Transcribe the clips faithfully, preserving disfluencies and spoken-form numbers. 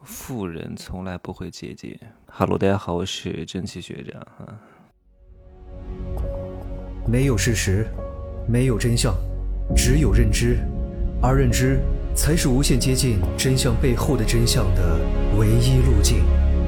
富人从来不会节俭。哈喽，大家好，我是蒸汽学长啊。 没有事实，没有真相，只有认知，而认知才是无限接近真相背后的真相的唯一路径。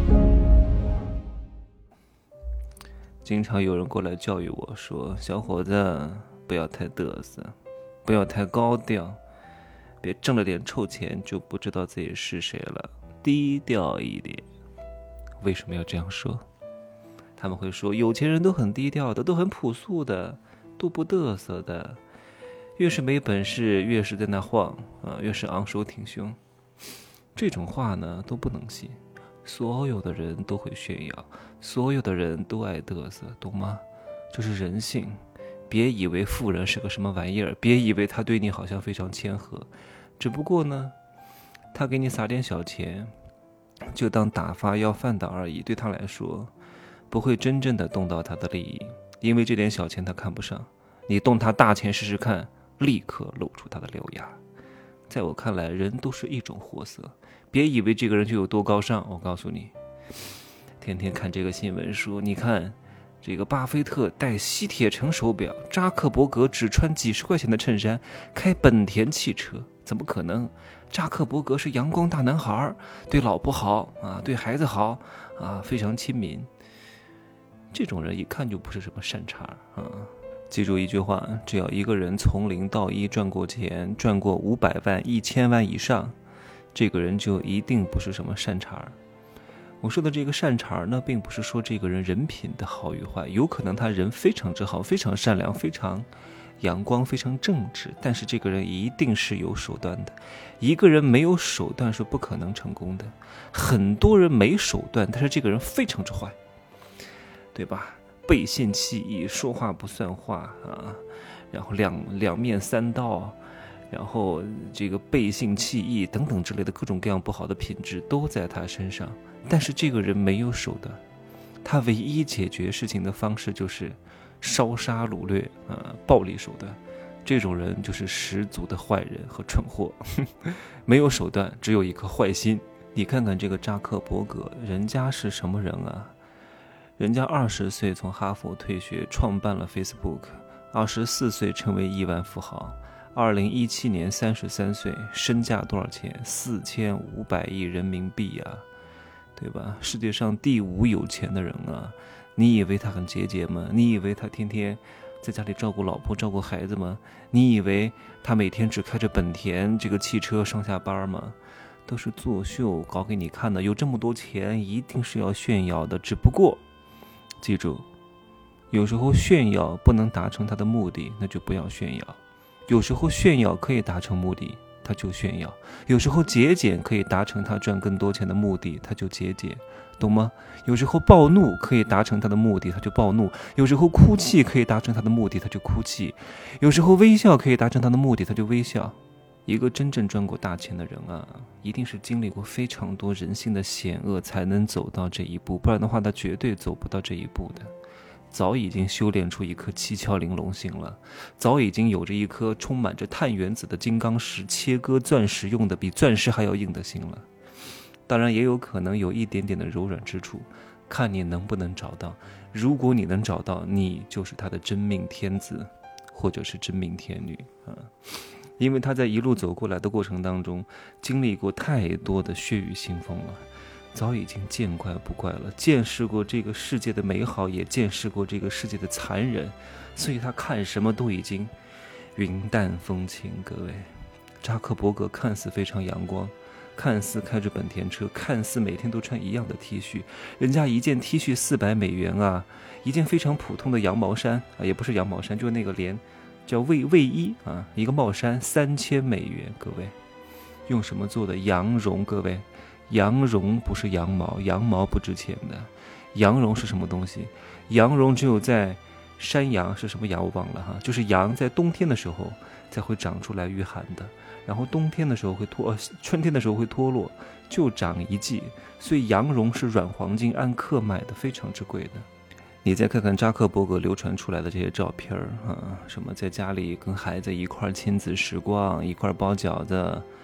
经常有人过来教育我说，小伙子不要太嘚瑟，不要太高调，别挣了点臭钱就不知道自己是谁了，低调一点。为什么要这样说？他们会说有钱人都很低调的，都很朴素的，都不嘚瑟的，越是没本事越是在那晃啊，越是昂首挺胸。这种话呢都不能信，所有的人都会炫耀，所有的人都爱嘚瑟，懂吗？这是人性。别以为富人是个什么玩意儿，别以为他对你好像非常谦和，只不过呢他给你撒点小钱就当打发要饭的而已，对他来说不会真正的动到他的利益，因为这点小钱他看不上，你动他大钱试试看，立刻露出他的獠牙。在我看来，人都是一种货色，别以为这个人就有多高尚。我告诉你，天天看这个新闻说，你看这个巴菲特戴西铁城手表，扎克伯格只穿几十块钱的衬衫，开本田汽车，怎么可能？扎克伯格是阳光大男孩，对老婆好啊，对孩子好啊，非常亲民。这种人一看就不是什么善茬啊！记住一句话，只要一个人从零到一赚过钱，赚过五百万、一千万以上，这个人就一定不是什么善茬。我说的这个善茬呢，并不是说这个人人品的好与坏，有可能他人非常之好，非常善良，非常阳光，非常正直，但是这个人一定是有手段的。一个人没有手段是不可能成功的。很多人没手段，但是这个人非常之坏，对吧？背信弃义，说话不算话啊，然后两两面三刀，然后这个背信弃义等等之类的各种各样不好的品质都在他身上。但是这个人没有手段，他唯一解决事情的方式就是烧杀掳掠啊，暴力手段。这种人就是十足的坏人和蠢货，没有手段，只有一颗坏心。你看看这个扎克伯格，人家是什么人啊？人家二十岁从哈佛退学，创办了 Facebook， 二十四岁成为亿万富豪，二零一七年三十三岁，身价多少钱？四千五百亿人民币啊，对吧？世界上第五有钱的人啊！你以为他很节俭吗？你以为他天天在家里照顾老婆照顾孩子吗？你以为他每天只开着本田这个汽车上下班吗？都是作秀搞给你看的。有这么多钱一定是要炫耀的，只不过记住，有时候炫耀不能达成他的目的，那就不要炫耀；有时候炫耀可以达成目的，他就炫耀；有时候节俭可以达成他赚更多钱的目的，他就节俭，懂吗？有时候暴怒可以达成他的目的，他就暴怒；有时候哭泣可以达成他的目的，他就哭泣；有时候微笑可以达成他的目的，他就微笑。一个真正赚过大钱的人啊，一定是经历过非常多人性的险恶才能走到这一步，不然的话他绝对走不到这一步的。早已经修炼出一颗七窍玲珑心了，早已经有着一颗充满着碳原子的金刚石，切割钻石用的比钻石还要硬的心了。当然也有可能有一点点的柔软之处，看你能不能找到。如果你能找到，你就是他的真命天子，或者是真命天女啊。因为他在一路走过来的过程当中，经历过太多的血雨腥风了，早已经见怪不怪了，见识过这个世界的美好，也见识过这个世界的残忍，所以他看什么都已经云淡风轻。各位，扎克伯格看似非常阳光，看似开着本田车，看似每天都穿一样的 T 恤，人家一件 T 恤四百美元啊，一件非常普通的羊毛衫啊，也不是羊毛衫，就是那个连叫卫卫衣啊，一个帽衫三千美元。各位，用什么做的？羊绒。各位，羊绒不是羊毛，羊毛不值钱的。羊绒是什么东西？羊绒只有在山羊是什么羊我忘了哈，就是羊在冬天的时候才会长出来御寒的，然后冬天的时候会脱、呃、春天的时候会脱落，就长一季，所以羊绒是软黄金，按克卖的，非常之贵的。你再看看扎克伯格流传出来的这些照片啊，什么在家里跟孩子一块亲子时光，一块包饺子，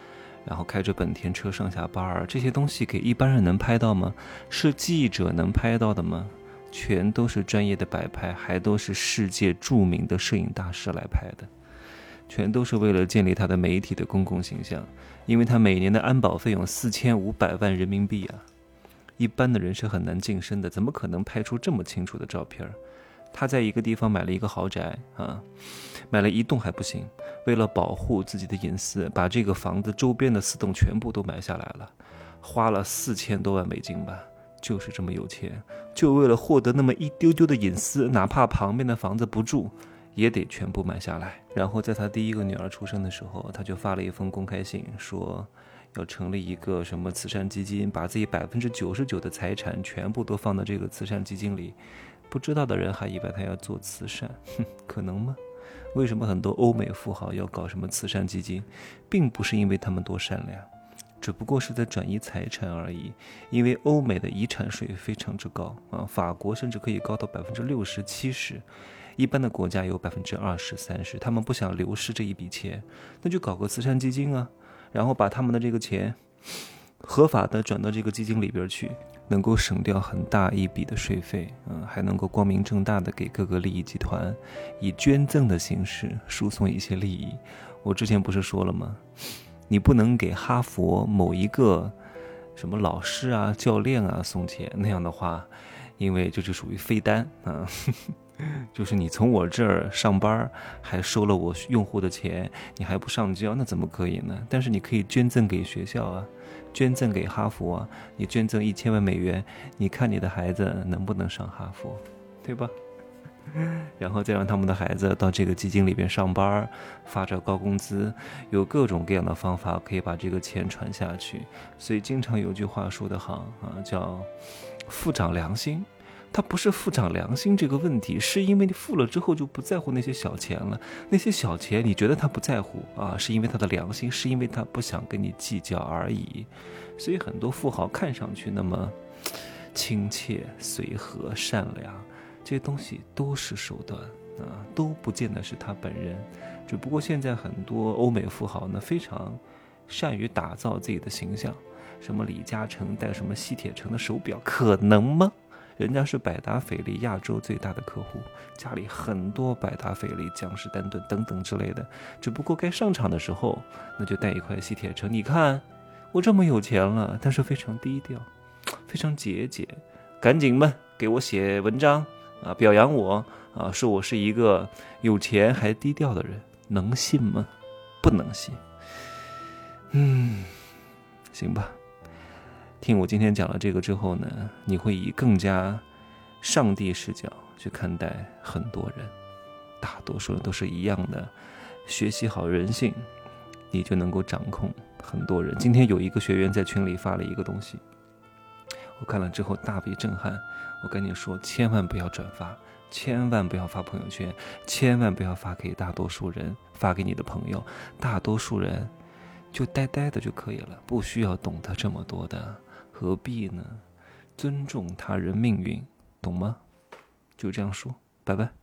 然后开着本田车上下班，这些东西给一般人能拍到吗？是记者能拍到的吗？全都是专业的摆拍，还都是世界著名的摄影大师来拍的，全都是为了建立他的媒体的公共形象。因为他每年的安保费用四千五百万人民币啊，一般的人是很难晋升的，怎么可能拍出这么清楚的照片？他在一个地方买了一个豪宅啊，买了一栋还不行，为了保护自己的隐私，把这个房子周边的四栋全部都买下来了，花了四千多万美金吧，就是这么有钱，就为了获得那么一丢丢的隐私，哪怕旁边的房子不住，也得全部买下来。然后在他第一个女儿出生的时候，他就发了一封公开信，说要成立一个什么慈善基金，把自己百分之九十九的财产全部都放到这个慈善基金里。不知道的人还以为他要做慈善，哼，可能吗？为什么很多欧美富豪要搞什么慈善基金，并不是因为他们多善良，只不过是在转移财产而已。因为欧美的遗产税非常之高啊，法国甚至可以高到百分之六十、七十，一般的国家有百分之二十、三十。他们不想流失这一笔钱，那就搞个慈善基金啊，然后把他们的这个钱合法的转到这个基金里边去，能够省掉很大一笔的税费，嗯，还能够光明正大的给各个利益集团以捐赠的形式输送一些利益。我之前不是说了吗？你不能给哈佛某一个什么老师啊、教练啊送钱，那样的话，因为这就属于飞单啊。就是你从我这儿上班，还收了我用户的钱，你还不上交，那怎么可以呢？但是你可以捐赠给学校啊，捐赠给哈佛啊，你捐赠一千万美元，你看你的孩子能不能上哈佛，对吧？然后再让他们的孩子到这个基金里边上班，发着高工资，有各种各样的方法可以把这个钱传下去。所以经常有句话说得好啊，叫富长良心。他不是富长良心这个问题，是因为你富了之后就不在乎那些小钱了。那些小钱你觉得他不在乎啊，是因为他的良心，是因为他不想跟你计较而已。所以很多富豪看上去那么亲切、随和、善良，这些东西都是手段啊，都不见得是他本人。只不过现在很多欧美富豪呢，非常善于打造自己的形象，什么李嘉诚戴什么西铁城的手表，可能吗？人家是百达翡丽亚洲最大的客户，家里很多百达翡丽、江诗丹顿等等之类的，只不过该上场的时候，那就带一块西铁城。你看我这么有钱了，但是非常低调，非常节俭。赶紧们给我写文章啊，表扬我啊，说我是一个有钱还低调的人，能信吗？不能信。嗯，行吧。听我今天讲了这个之后呢，你会以更加上帝视角去看待很多人，大多数人都是一样的，学习好人性，你就能够掌控很多人。今天有一个学员在群里发了一个东西，我看了之后大为震撼，我跟你说，千万不要转发，千万不要发朋友圈，千万不要发给大多数人，发给你的朋友，大多数人就呆呆的就可以了，不需要懂得这么多的，何必呢？尊重他人命运，懂吗？就这样说，拜拜。